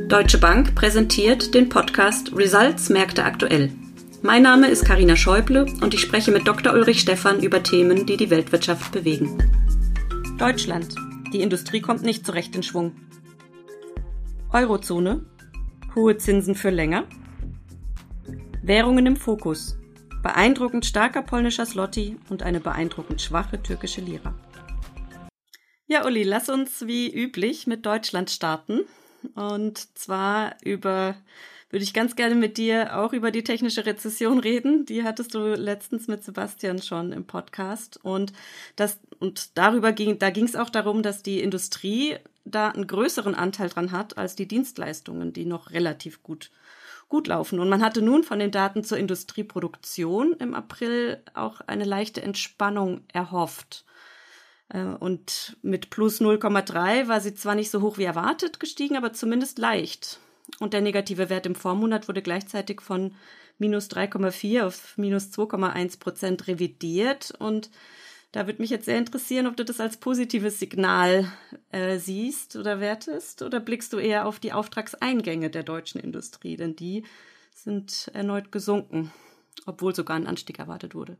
Deutsche Bank präsentiert den Podcast Results Märkte aktuell. Mein Name ist Carina Schäuble und ich spreche mit Dr. Ulrich Stephan über Themen, die die Weltwirtschaft bewegen. Deutschland. Die Industrie kommt nicht so recht in Schwung. Eurozone. Hohe Zinsen für länger. Währungen im Fokus. Beeindruckend starker polnischer Zloty und eine beeindruckend schwache türkische Lira. Ja, Uli, lass uns wie üblich mit Deutschland starten. Und zwar würde ich ganz gerne mit dir auch über die technische Rezession reden. Die hattest du letztens mit Sebastian schon im Podcast. Da ging es auch darum, dass die Industrie da einen größeren Anteil dran hat als die Dienstleistungen, die noch relativ gut laufen. Und man hatte nun von den Daten zur Industrieproduktion im April auch eine leichte Entspannung erhofft. Und mit plus 0,3 war sie zwar nicht so hoch wie erwartet gestiegen, aber zumindest leicht. Und der negative Wert im Vormonat wurde gleichzeitig von minus 3,4 auf minus 2,1% revidiert. Und da würde mich jetzt sehr interessieren, ob du das als positives Signal siehst oder wertest, oder blickst du eher auf die Auftragseingänge der deutschen Industrie, denn die sind erneut gesunken, obwohl sogar ein Anstieg erwartet wurde.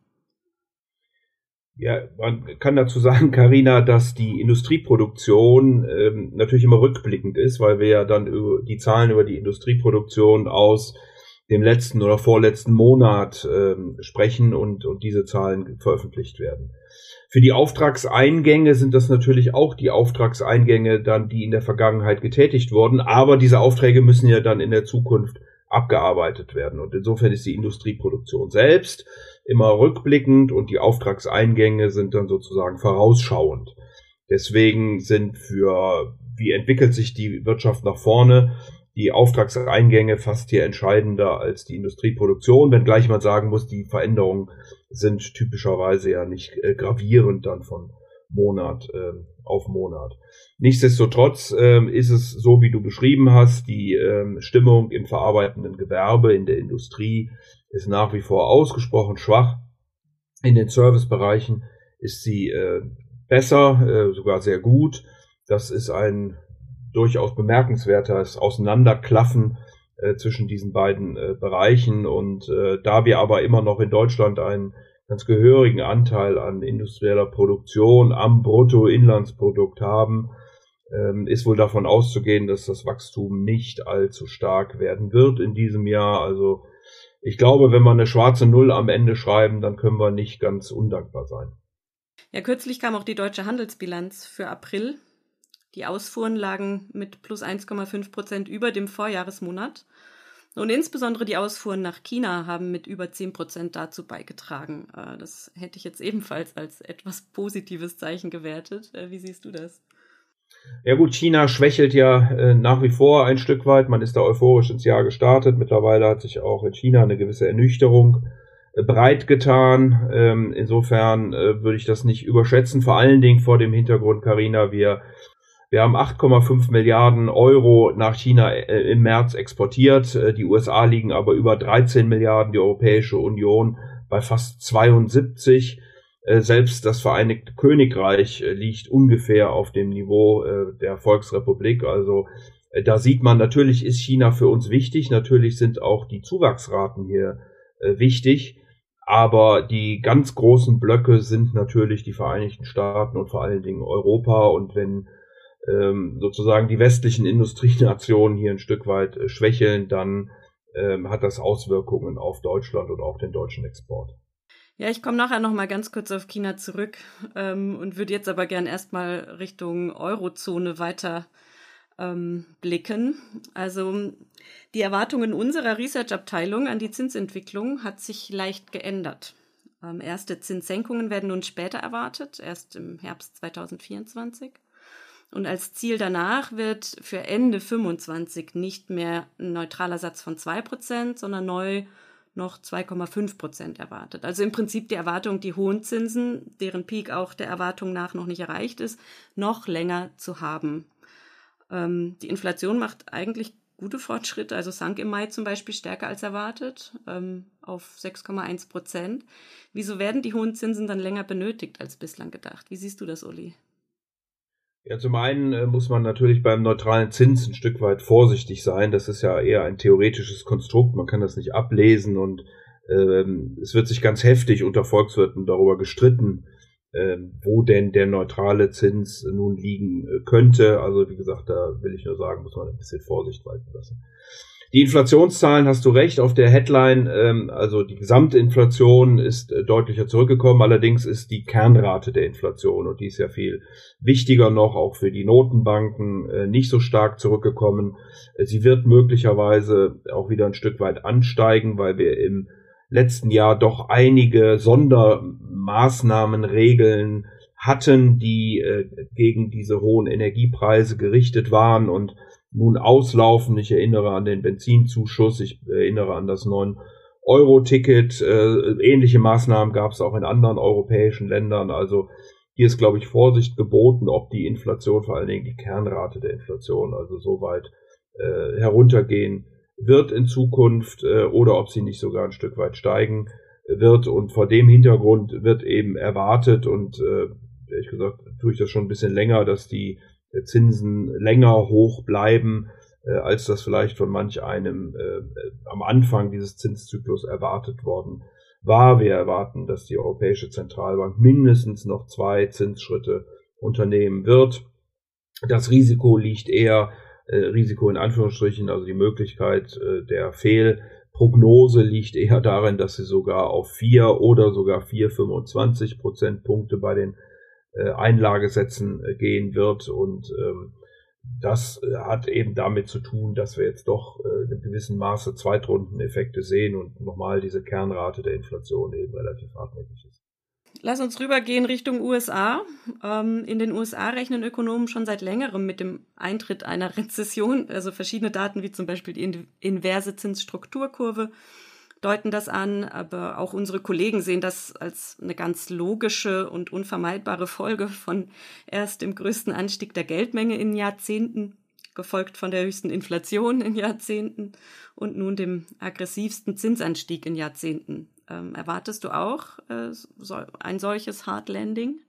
Ja, man kann dazu sagen, Carina, dass die Industrieproduktion natürlich immer rückblickend ist, weil wir ja dann die Zahlen über die Industrieproduktion aus dem letzten oder vorletzten Monat sprechen und diese Zahlen veröffentlicht werden. Für die Auftragseingänge sind das natürlich auch die Auftragseingänge dann, die in der Vergangenheit getätigt wurden, aber diese Aufträge müssen ja dann in der Zukunft abgearbeitet werden. Und insofern ist die Industrieproduktion selbst immer rückblickend und die Auftragseingänge sind dann sozusagen vorausschauend. Deswegen wie entwickelt sich die Wirtschaft nach vorne, die Auftragseingänge fast hier entscheidender als die Industrieproduktion, wenngleich man sagen muss, die Veränderungen sind typischerweise ja nicht gravierend dann von Monat auf Monat. Nichtsdestotrotz ist es so, wie du beschrieben hast, die Stimmung im verarbeitenden Gewerbe, in der Industrie ist nach wie vor ausgesprochen schwach. In den Servicebereichen ist sie besser, sogar sehr gut. Das ist ein durchaus bemerkenswertes Auseinanderklaffen zwischen diesen beiden Bereichen. Und da wir aber immer noch in Deutschland einen ganz gehörigen Anteil an industrieller Produktion am Bruttoinlandsprodukt haben, ist wohl davon auszugehen, dass das Wachstum nicht allzu stark werden wird in diesem Jahr. Also ich glaube, wenn wir eine schwarze Null am Ende schreiben, dann können wir nicht ganz undankbar sein. Ja, kürzlich kam auch die deutsche Handelsbilanz für April. Die Ausfuhren lagen mit plus 1,5% über dem Vorjahresmonat. Und insbesondere die Ausfuhren nach China haben mit über 10% dazu beigetragen. Das hätte ich jetzt ebenfalls als etwas positives Zeichen gewertet. Wie siehst du das? Ja gut, China schwächelt ja nach wie vor ein Stück weit. Man ist da euphorisch ins Jahr gestartet. Mittlerweile hat sich auch in China eine gewisse Ernüchterung breit getan. Insofern würde ich das nicht überschätzen. Vor allen Dingen vor dem Hintergrund, Carina, wir haben 8,5 Milliarden Euro nach China im März exportiert. Die USA liegen aber über 13 Milliarden, die Europäische Union bei fast 72. Selbst das Vereinigte Königreich liegt ungefähr auf dem Niveau der Volksrepublik. Also da sieht man, natürlich ist China für uns wichtig. Natürlich sind auch die Zuwachsraten hier wichtig. Aber die ganz großen Blöcke sind natürlich die Vereinigten Staaten und vor allen Dingen Europa. Und wenn sozusagen die westlichen Industrienationen hier ein Stück weit schwächeln, dann hat das Auswirkungen auf Deutschland und auch den deutschen Export. Ja, ich komme nachher noch mal ganz kurz auf China zurück und würde jetzt aber gern erstmal Richtung Eurozone weiter blicken. Also die Erwartungen unserer Research-Abteilung an die Zinsentwicklung hat sich leicht geändert. Erste Zinssenkungen werden nun später erwartet, erst im Herbst 2024. Und als Ziel danach wird für Ende 2025 nicht mehr ein neutraler Satz von 2%, sondern neu noch 2,5% erwartet. Also im Prinzip die Erwartung, die hohen Zinsen, deren Peak auch der Erwartung nach noch nicht erreicht ist, noch länger zu haben. Die Inflation macht eigentlich gute Fortschritte, also sank im Mai zum Beispiel stärker als erwartet auf 6,1%. Wieso werden die hohen Zinsen dann länger benötigt als bislang gedacht? Wie siehst du das, Uli? Ja, zum einen muss man natürlich beim neutralen Zins ein Stück weit vorsichtig sein. Das ist ja eher ein theoretisches Konstrukt. Man kann das nicht ablesen und es wird sich ganz heftig unter Volkswirten darüber gestritten, wo denn der neutrale Zins nun liegen könnte. Also wie gesagt, da will ich nur sagen, muss man ein bisschen Vorsicht walten lassen. Die Inflationszahlen, hast du recht, auf der Headline, also die gesamte Inflation ist deutlicher zurückgekommen, allerdings ist die Kernrate der Inflation, und die ist ja viel wichtiger noch, auch für die Notenbanken, nicht so stark zurückgekommen. Sie wird möglicherweise auch wieder ein Stück weit ansteigen, weil wir im letzten Jahr doch einige Sondermaßnahmen, Regeln hatten, die gegen diese hohen Energiepreise gerichtet waren und nun auslaufen. Ich erinnere an den Benzinzuschuss, ich erinnere an das 9-Euro-Ticket. Ähnliche Maßnahmen gab es auch in anderen europäischen Ländern. Also hier ist, glaube ich, Vorsicht geboten, ob die Inflation, vor allen Dingen die Kernrate der Inflation, also so weit heruntergehen wird in Zukunft oder ob sie nicht sogar ein Stück weit steigen wird. Und vor dem Hintergrund wird eben erwartet, und ehrlich gesagt tue ich das schon ein bisschen länger, dass die Zinsen länger hoch bleiben, als das vielleicht von manch einem am Anfang dieses Zinszyklus erwartet worden war. Wir erwarten, dass die Europäische Zentralbank mindestens noch 2 Zinsschritte unternehmen wird. Das Risiko liegt eher, Risiko in Anführungsstrichen, also die Möglichkeit der Fehlprognose liegt eher darin, dass sie sogar auf 4 oder sogar 4,25 Prozentpunkte bei den Einlagesätzen gehen wird, und das hat eben damit zu tun, dass wir jetzt doch in einem gewissen Maße Zweitrundeneffekte sehen und nochmal diese Kernrate der Inflation eben relativ hartnäckig ist. Lass uns rübergehen Richtung USA. In den USA rechnen Ökonomen schon seit längerem mit dem Eintritt einer Rezession. Also verschiedene Daten wie zum Beispiel die inverse Zinsstrukturkurve deuten das an, aber auch unsere Kollegen sehen das als eine ganz logische und unvermeidbare Folge von erst dem größten Anstieg der Geldmenge in Jahrzehnten, gefolgt von der höchsten Inflation in Jahrzehnten und nun dem aggressivsten Zinsanstieg in Jahrzehnten. Erwartest du auch ein solches Hard Landing?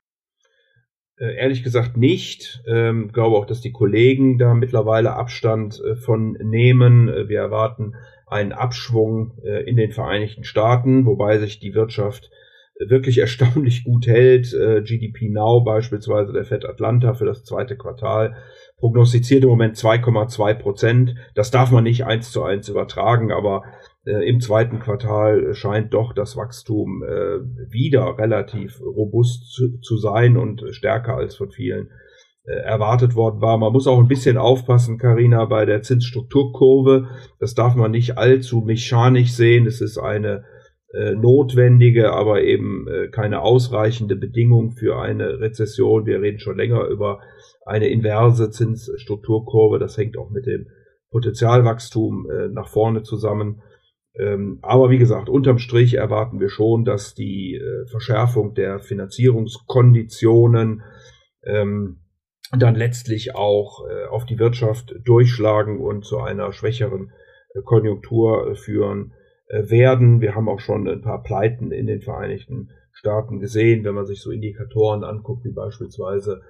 Ehrlich gesagt nicht. Glaube auch, dass die Kollegen da mittlerweile Abstand von nehmen. Wir erwarten einen Abschwung in den Vereinigten Staaten, wobei sich die Wirtschaft wirklich erstaunlich gut hält. GDP Now beispielsweise, der Fed Atlanta für das zweite Quartal, prognostiziert im Moment 2,2%. Das darf man nicht 1:1 übertragen, aber im zweiten Quartal scheint doch das Wachstum wieder relativ robust zu sein und stärker als von vielen erwartet worden war. Man muss auch ein bisschen aufpassen, Carina, bei der Zinsstrukturkurve. Das darf man nicht allzu mechanisch sehen. Es ist eine notwendige, aber eben keine ausreichende Bedingung für eine Rezession. Wir reden schon länger über eine inverse Zinsstrukturkurve. Das hängt auch mit dem Potenzialwachstum nach vorne zusammen. Aber wie gesagt, unterm Strich erwarten wir schon, dass die Verschärfung der Finanzierungskonditionen dann letztlich auch auf die Wirtschaft durchschlagen und zu einer schwächeren Konjunktur führen werden. Wir haben auch schon ein paar Pleiten in den Vereinigten Staaten gesehen, wenn man sich so Indikatoren anguckt, wie beispielsweise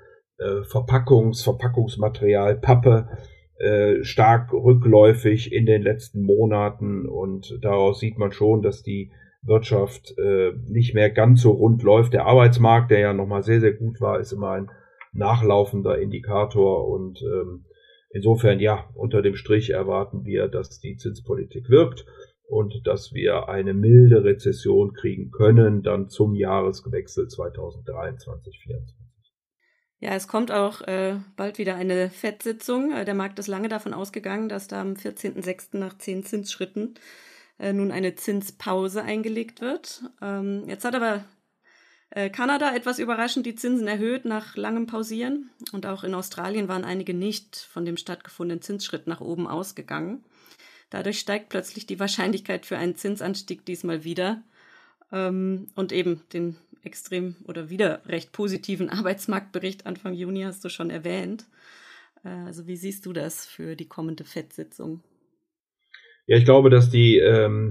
Verpackungsmaterial, Pappe, stark rückläufig in den letzten Monaten, und daraus sieht man schon, dass die Wirtschaft nicht mehr ganz so rund läuft. Der Arbeitsmarkt, der ja nochmal sehr, sehr gut war, ist immer ein nachlaufender Indikator, und insofern ja, unter dem Strich erwarten wir, dass die Zinspolitik wirkt und dass wir eine milde Rezession kriegen können, dann zum Jahreswechsel 2023/24. Ja, es kommt auch bald wieder eine FED-Sitzung. Der Markt ist lange davon ausgegangen, dass da am 14.06. nach 10 Zinsschritten nun eine Zinspause eingelegt wird. Jetzt hat aber Kanada etwas überraschend die Zinsen erhöht nach langem Pausieren. Und auch in Australien waren einige nicht von dem stattgefundenen Zinsschritt nach oben ausgegangen. Dadurch steigt plötzlich die Wahrscheinlichkeit für einen Zinsanstieg diesmal wieder. Und eben den extrem oder wieder recht positiven Arbeitsmarktbericht Anfang Juni hast du schon erwähnt. Also wie siehst du das für die kommende FED-Sitzung? Ja, ich glaube, dass die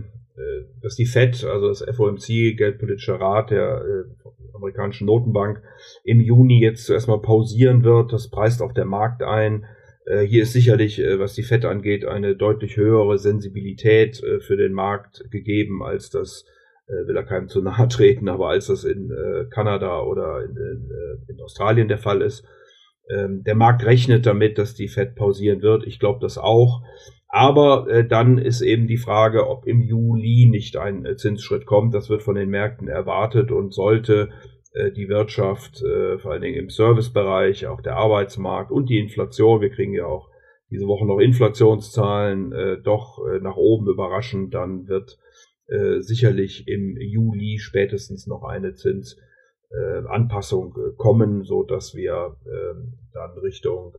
Fed, also das FOMC, Geldpolitischer Rat der amerikanischen Notenbank, im Juni jetzt zuerst mal pausieren wird. Das preist auch der Markt ein. Hier ist sicherlich, was die Fed angeht, eine deutlich höhere Sensibilität für den Markt gegeben, als das, will er keinem zu nahe treten, aber als das in Kanada oder in Australien der Fall ist. Der Markt rechnet damit, dass die Fed pausieren wird. Ich glaube das auch. Aber dann ist eben die Frage, ob im Juli nicht ein Zinsschritt kommt. Das wird von den Märkten erwartet und sollte die Wirtschaft, vor allen Dingen im Servicebereich, auch der Arbeitsmarkt und die Inflation, wir kriegen ja auch diese Woche noch Inflationszahlen, doch nach oben überraschen, dann wird sicherlich im Juli spätestens noch eine Zinsanpassung kommen, so dass wir dann Richtung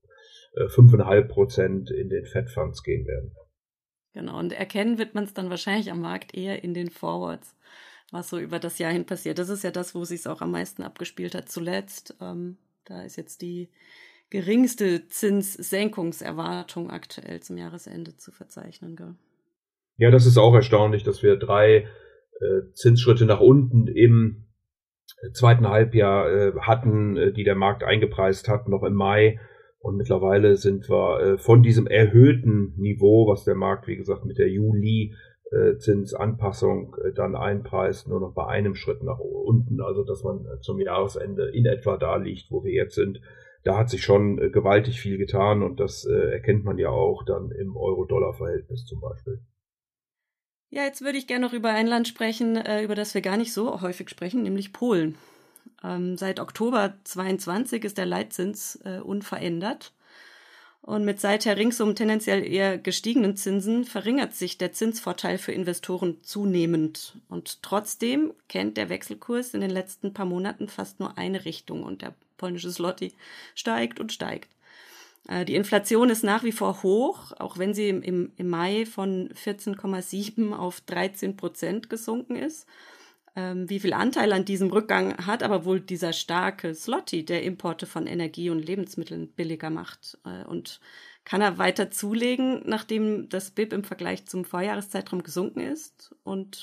5,5% in den Fed Funds gehen werden. Genau, und erkennen wird man es dann wahrscheinlich am Markt eher in den Forwards, was so über das Jahr hin passiert. Das ist ja das, wo sich es auch am meisten abgespielt hat zuletzt. Da ist jetzt die geringste Zinssenkungserwartung aktuell zum Jahresende zu verzeichnen. Gell? Ja, das ist auch erstaunlich, dass wir 3 Zinsschritte nach unten im zweiten Halbjahr hatten, die der Markt eingepreist hat, noch im Mai. Und mittlerweile sind wir von diesem erhöhten Niveau, was der Markt, wie gesagt, mit der Juli-Zinsanpassung dann einpreist, nur noch bei einem Schritt nach unten. Also, dass man zum Jahresende in etwa da liegt, wo wir jetzt sind. Da hat sich schon gewaltig viel getan und das erkennt man ja auch dann im Euro-Dollar-Verhältnis zum Beispiel. Ja, jetzt würde ich gerne noch über ein Land sprechen, über das wir gar nicht so häufig sprechen, nämlich Polen. Seit Oktober 22 ist der Leitzins unverändert. Und mit seither ringsum tendenziell eher gestiegenen Zinsen verringert sich der Zinsvorteil für Investoren zunehmend. Und trotzdem kennt der Wechselkurs in den letzten paar Monaten fast nur eine Richtung und der polnische Zloty steigt und steigt. Die Inflation ist nach wie vor hoch, auch wenn sie im Mai von 14,7 auf 13% gesunken ist. Wie viel Anteil an diesem Rückgang hat aber wohl dieser starke Zloty, der Importe von Energie und Lebensmitteln billiger macht? Und kann er weiter zulegen, nachdem das BIP im Vergleich zum Vorjahreszeitraum gesunken ist?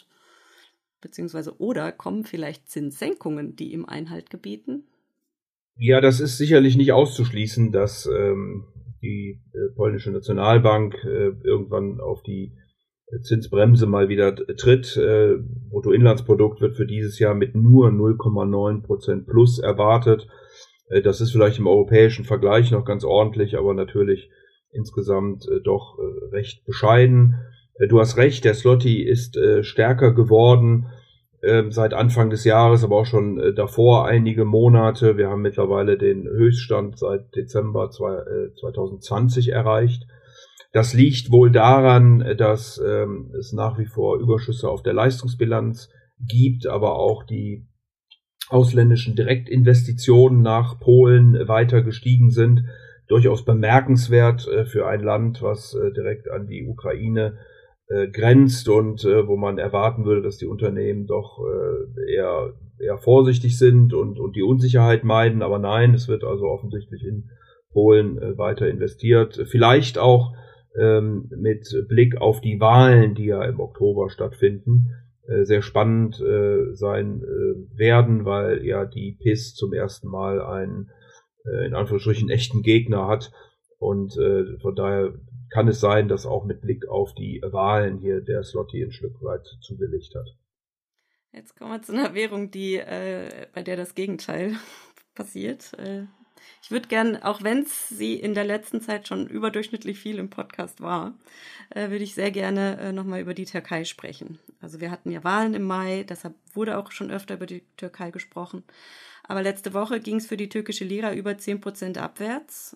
Oder kommen vielleicht Zinssenkungen, die ihm Einhalt gebieten? Ja, das ist sicherlich nicht auszuschließen, dass die polnische Nationalbank irgendwann auf die Zinsbremse mal wieder tritt. Bruttoinlandsprodukt wird für dieses Jahr mit nur 0,9% plus erwartet. Das ist vielleicht im europäischen Vergleich noch ganz ordentlich, aber natürlich insgesamt doch recht bescheiden. Du hast recht, der Zloty ist stärker geworden seit Anfang des Jahres, aber auch schon davor einige Monate. Wir haben mittlerweile den Höchststand seit Dezember 2020 erreicht. Das liegt wohl daran, dass es nach wie vor Überschüsse auf der Leistungsbilanz gibt, aber auch die ausländischen Direktinvestitionen nach Polen weiter gestiegen sind. Durchaus bemerkenswert für ein Land, was direkt an die Ukraine grenzt und wo man erwarten würde, dass die Unternehmen doch eher vorsichtig sind und die Unsicherheit meiden. Aber nein, es wird also offensichtlich in Polen weiter investiert. Vielleicht auch mit Blick auf die Wahlen, die ja im Oktober stattfinden, sehr spannend sein werden, weil ja die PiS zum ersten Mal einen in Anführungsstrichen echten Gegner hat. Und von daher kann es sein, dass auch mit Blick auf die Wahlen hier der Zloty ein Stück weit zugelegt hat. Jetzt kommen wir zu einer Währung, bei der das Gegenteil passiert. Ich würde gern, auch wenn es sie in der letzten Zeit schon überdurchschnittlich viel im Podcast war, würde ich sehr gerne nochmal über die Türkei sprechen. Also wir hatten ja Wahlen im Mai, deshalb wurde auch schon öfter über die Türkei gesprochen. Aber letzte Woche ging es für die türkische Lira über 10% abwärts.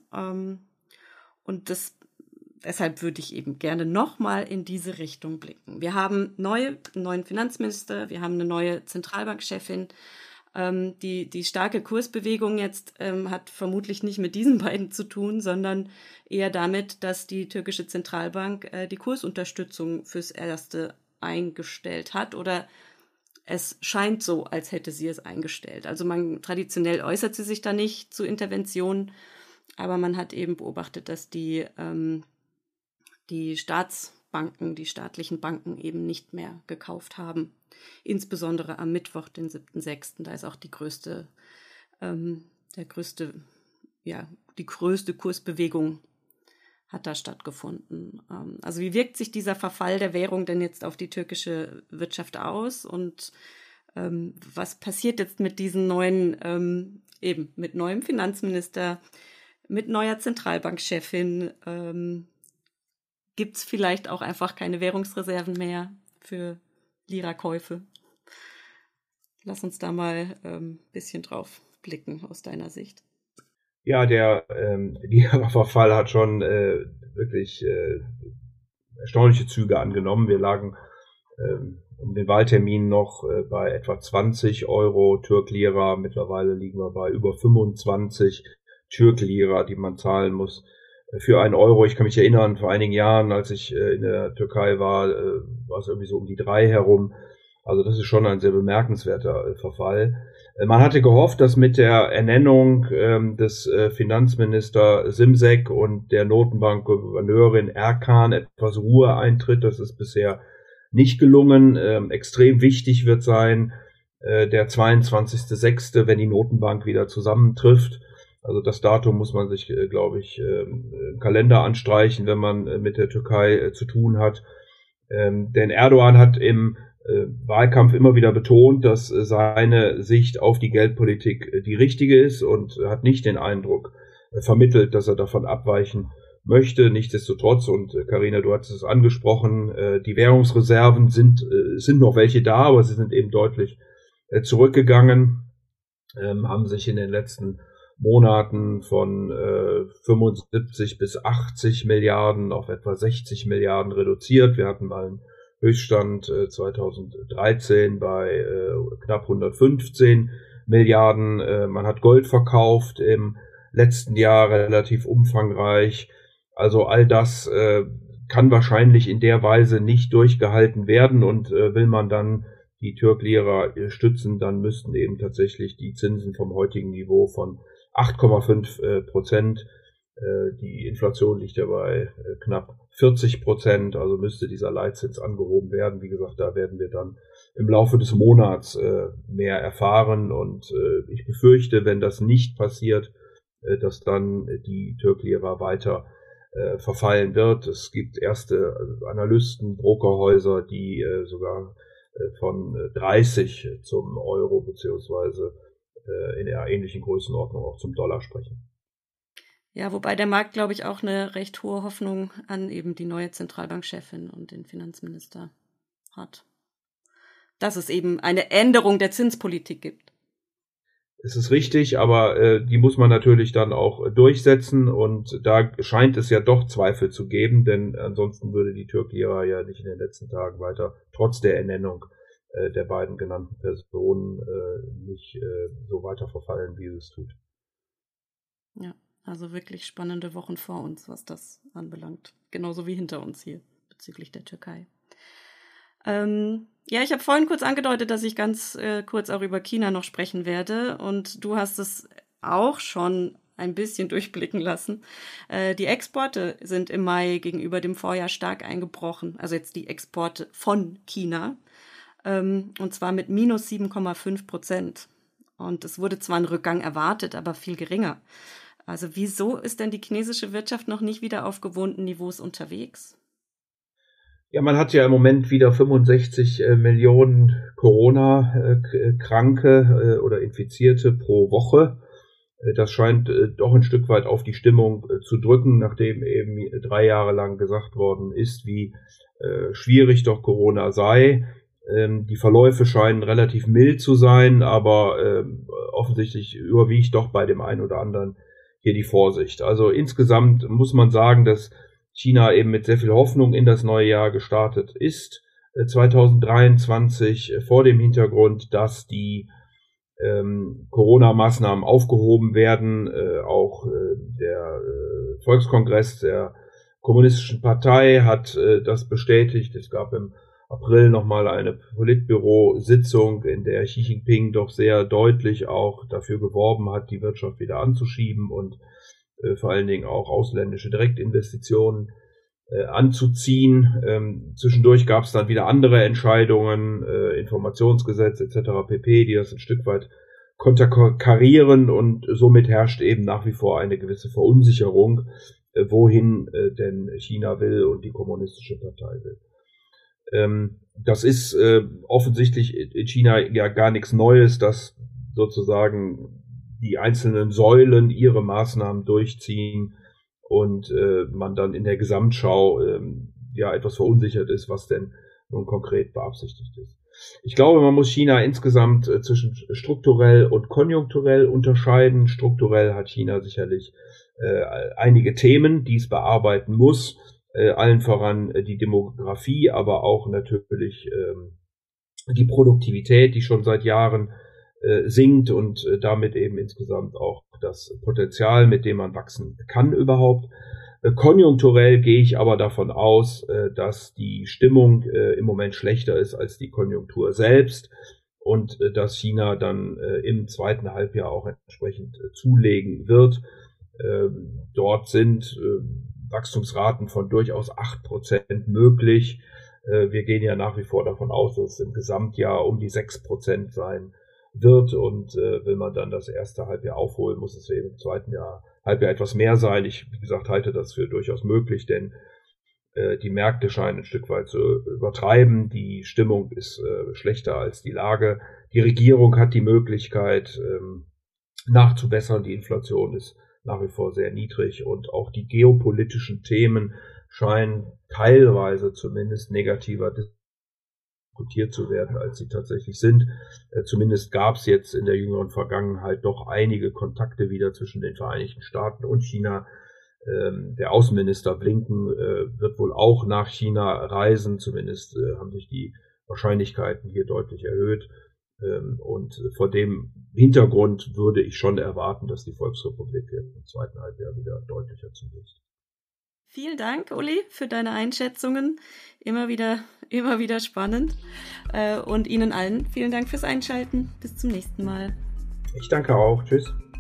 Und deshalb würde ich eben gerne nochmal in diese Richtung blicken. Wir haben einen neuen Finanzminister, wir haben eine neue Zentralbankchefin. Die starke Kursbewegung jetzt hat vermutlich nicht mit diesen beiden zu tun, sondern eher damit, dass die türkische Zentralbank die Kursunterstützung fürs Erste eingestellt hat oder es scheint so, als hätte sie es eingestellt. Also traditionell äußert sie sich da nicht zu Interventionen, aber man hat eben beobachtet, dass die Banken, die staatlichen Banken eben nicht mehr gekauft haben. Insbesondere am Mittwoch, den 7.6., da ist auch die größte Kursbewegung hat da stattgefunden. Also wie wirkt sich dieser Verfall der Währung denn jetzt auf die türkische Wirtschaft aus und was passiert jetzt mit diesen neuen, mit neuem Finanzminister, mit neuer Zentralbankchefin? Gibt es vielleicht auch einfach keine Währungsreserven mehr für Lira-Käufe? Lass uns da mal ein bisschen drauf blicken aus deiner Sicht. Ja, der Lira-Verfall hat schon wirklich erstaunliche Züge angenommen. Wir lagen um den Wahltermin noch bei etwa 20 Euro Türk-Lira. Mittlerweile liegen wir bei über 25 Türk-Lira, die man zahlen muss für 1 Euro. Ich kann mich erinnern, vor einigen Jahren, als ich in der Türkei war, war es irgendwie so um die 3 herum. Also das ist schon ein sehr bemerkenswerter Verfall. Man hatte gehofft, dass mit der Ernennung des Finanzminister Şimşek und der Notenbankgouverneurin Erkan etwas Ruhe eintritt. Das ist bisher nicht gelungen. Extrem wichtig wird sein der 22.06., wenn die Notenbank wieder zusammentrifft. Also das Datum muss man sich, glaube ich, im Kalender anstreichen, wenn man mit der Türkei zu tun hat. Denn Erdogan hat im Wahlkampf immer wieder betont, dass seine Sicht auf die Geldpolitik die richtige ist und hat nicht den Eindruck vermittelt, dass er davon abweichen möchte. Nichtsdestotrotz, und Carina, du hattest es angesprochen, die Währungsreserven sind noch welche da, aber sie sind eben deutlich zurückgegangen, haben sich in den letzten Monaten von 75 bis 80 Milliarden auf etwa 60 Milliarden reduziert. Wir hatten mal einen Höchststand 2013 bei knapp 115 Milliarden. Man hat Gold verkauft im letzten Jahr relativ umfangreich. Also all das kann wahrscheinlich in der Weise nicht durchgehalten werden und will man dann die Türk-Lira stützen, dann müssten eben tatsächlich die Zinsen vom heutigen Niveau von 8,5%. Die Inflation liegt ja bei knapp 40%, also müsste dieser Leitzins angehoben werden. Wie gesagt, da werden wir dann im Laufe des Monats mehr erfahren und ich befürchte, wenn das nicht passiert, dass dann die Türk-Lira weiter verfallen wird. Es gibt erste Analysten, Brokerhäuser, die sogar von 30 zum Euro beziehungsweise in der ähnlichen Größenordnung auch zum Dollar sprechen. Ja, wobei der Markt, glaube ich, auch eine recht hohe Hoffnung an eben die neue Zentralbankchefin und den Finanzminister hat. Dass es eben eine Änderung der Zinspolitik gibt. Es ist richtig, aber die muss man natürlich dann auch durchsetzen und da scheint es ja doch Zweifel zu geben, denn ansonsten würde die Türk-Lira ja nicht in den letzten Tagen weiter, trotz der Ernennung der beiden genannten Personen, nicht so weiter verfallen, wie es tut. Ja. Also wirklich spannende Wochen vor uns, was das anbelangt. Genauso wie hinter uns hier bezüglich der Türkei. Ich habe vorhin kurz angedeutet, dass ich ganz kurz auch über China noch sprechen werde. Und du hast es auch schon ein bisschen durchblicken lassen. Die Exporte sind im Mai gegenüber dem Vorjahr stark eingebrochen. Also jetzt die Exporte von China. Und zwar mit minus 7,5%. Und es wurde zwar ein Rückgang erwartet, aber viel geringer. Also wieso ist denn die chinesische Wirtschaft noch nicht wieder auf gewohnten Niveaus unterwegs? Ja, man hat ja im Moment wieder 65 Millionen Corona-Kranke oder Infizierte pro Woche. Das scheint doch ein Stück weit auf die Stimmung zu drücken, nachdem eben 3 Jahre lang gesagt worden ist, wie schwierig doch Corona sei. Die Verläufe scheinen relativ mild zu sein, aber offensichtlich überwiegt doch bei dem einen oder anderen hier die Vorsicht. Also insgesamt muss man sagen, dass China eben mit sehr viel Hoffnung in das neue Jahr gestartet ist. 2023 vor dem Hintergrund, dass die Corona-Maßnahmen aufgehoben werden. Auch der Volkskongress der Kommunistischen Partei hat das bestätigt. Es gab im April nochmal eine Politbüro-Sitzung, in der Xi Jinping doch sehr deutlich auch dafür geworben hat, die Wirtschaft wieder anzuschieben und vor allen Dingen auch ausländische Direktinvestitionen anzuziehen. Zwischendurch gab es dann wieder andere Entscheidungen, Informationsgesetz etc. pp., die das ein Stück weit konterkarieren, und somit herrscht eben nach wie vor eine gewisse Verunsicherung, wohin denn China will und die Kommunistische Partei will. Das ist offensichtlich in China ja gar nichts Neues, dass sozusagen die einzelnen Säulen ihre Maßnahmen durchziehen und man dann in der Gesamtschau ja etwas verunsichert ist, was denn nun konkret beabsichtigt ist. Ich glaube, man muss China insgesamt zwischen strukturell und konjunkturell unterscheiden. Strukturell hat China sicherlich einige Themen, die es bearbeiten muss, allen voran die Demografie, aber auch natürlich die Produktivität, die schon seit Jahren sinkt, und damit eben insgesamt auch das Potenzial, mit dem man wachsen kann überhaupt. Konjunkturell gehe ich aber davon aus, dass die Stimmung im Moment schlechter ist als die Konjunktur selbst und dass China dann im zweiten Halbjahr auch entsprechend zulegen wird. Dort sind Wachstumsraten von durchaus 8% möglich. Wir gehen ja nach wie vor davon aus, dass es im Gesamtjahr um die 6% sein wird, und will man dann das erste Halbjahr aufholen, muss es eben im zweiten Halbjahr etwas mehr sein. Ich, wie gesagt, halte das für durchaus möglich, denn die Märkte scheinen ein Stück weit zu übertreiben. Die Stimmung ist schlechter als die Lage. Die Regierung hat die Möglichkeit nachzubessern. Die Inflation ist nach wie vor sehr niedrig, und auch die geopolitischen Themen scheinen teilweise zumindest negativer diskutiert zu werden, als sie tatsächlich sind. Zumindest gab es jetzt in der jüngeren Vergangenheit doch einige Kontakte wieder zwischen den Vereinigten Staaten und China. Der Außenminister Blinken wird wohl auch nach China reisen. Zumindest haben sich die Wahrscheinlichkeiten hier deutlich erhöht. Und vor dem Hintergrund würde ich schon erwarten, dass die Volksrepublik im zweiten Halbjahr wieder deutlicher zulegt. Vielen Dank, Uli, für deine Einschätzungen. Immer wieder spannend. Und Ihnen allen vielen Dank fürs Einschalten. Bis zum nächsten Mal. Ich danke auch. Tschüss.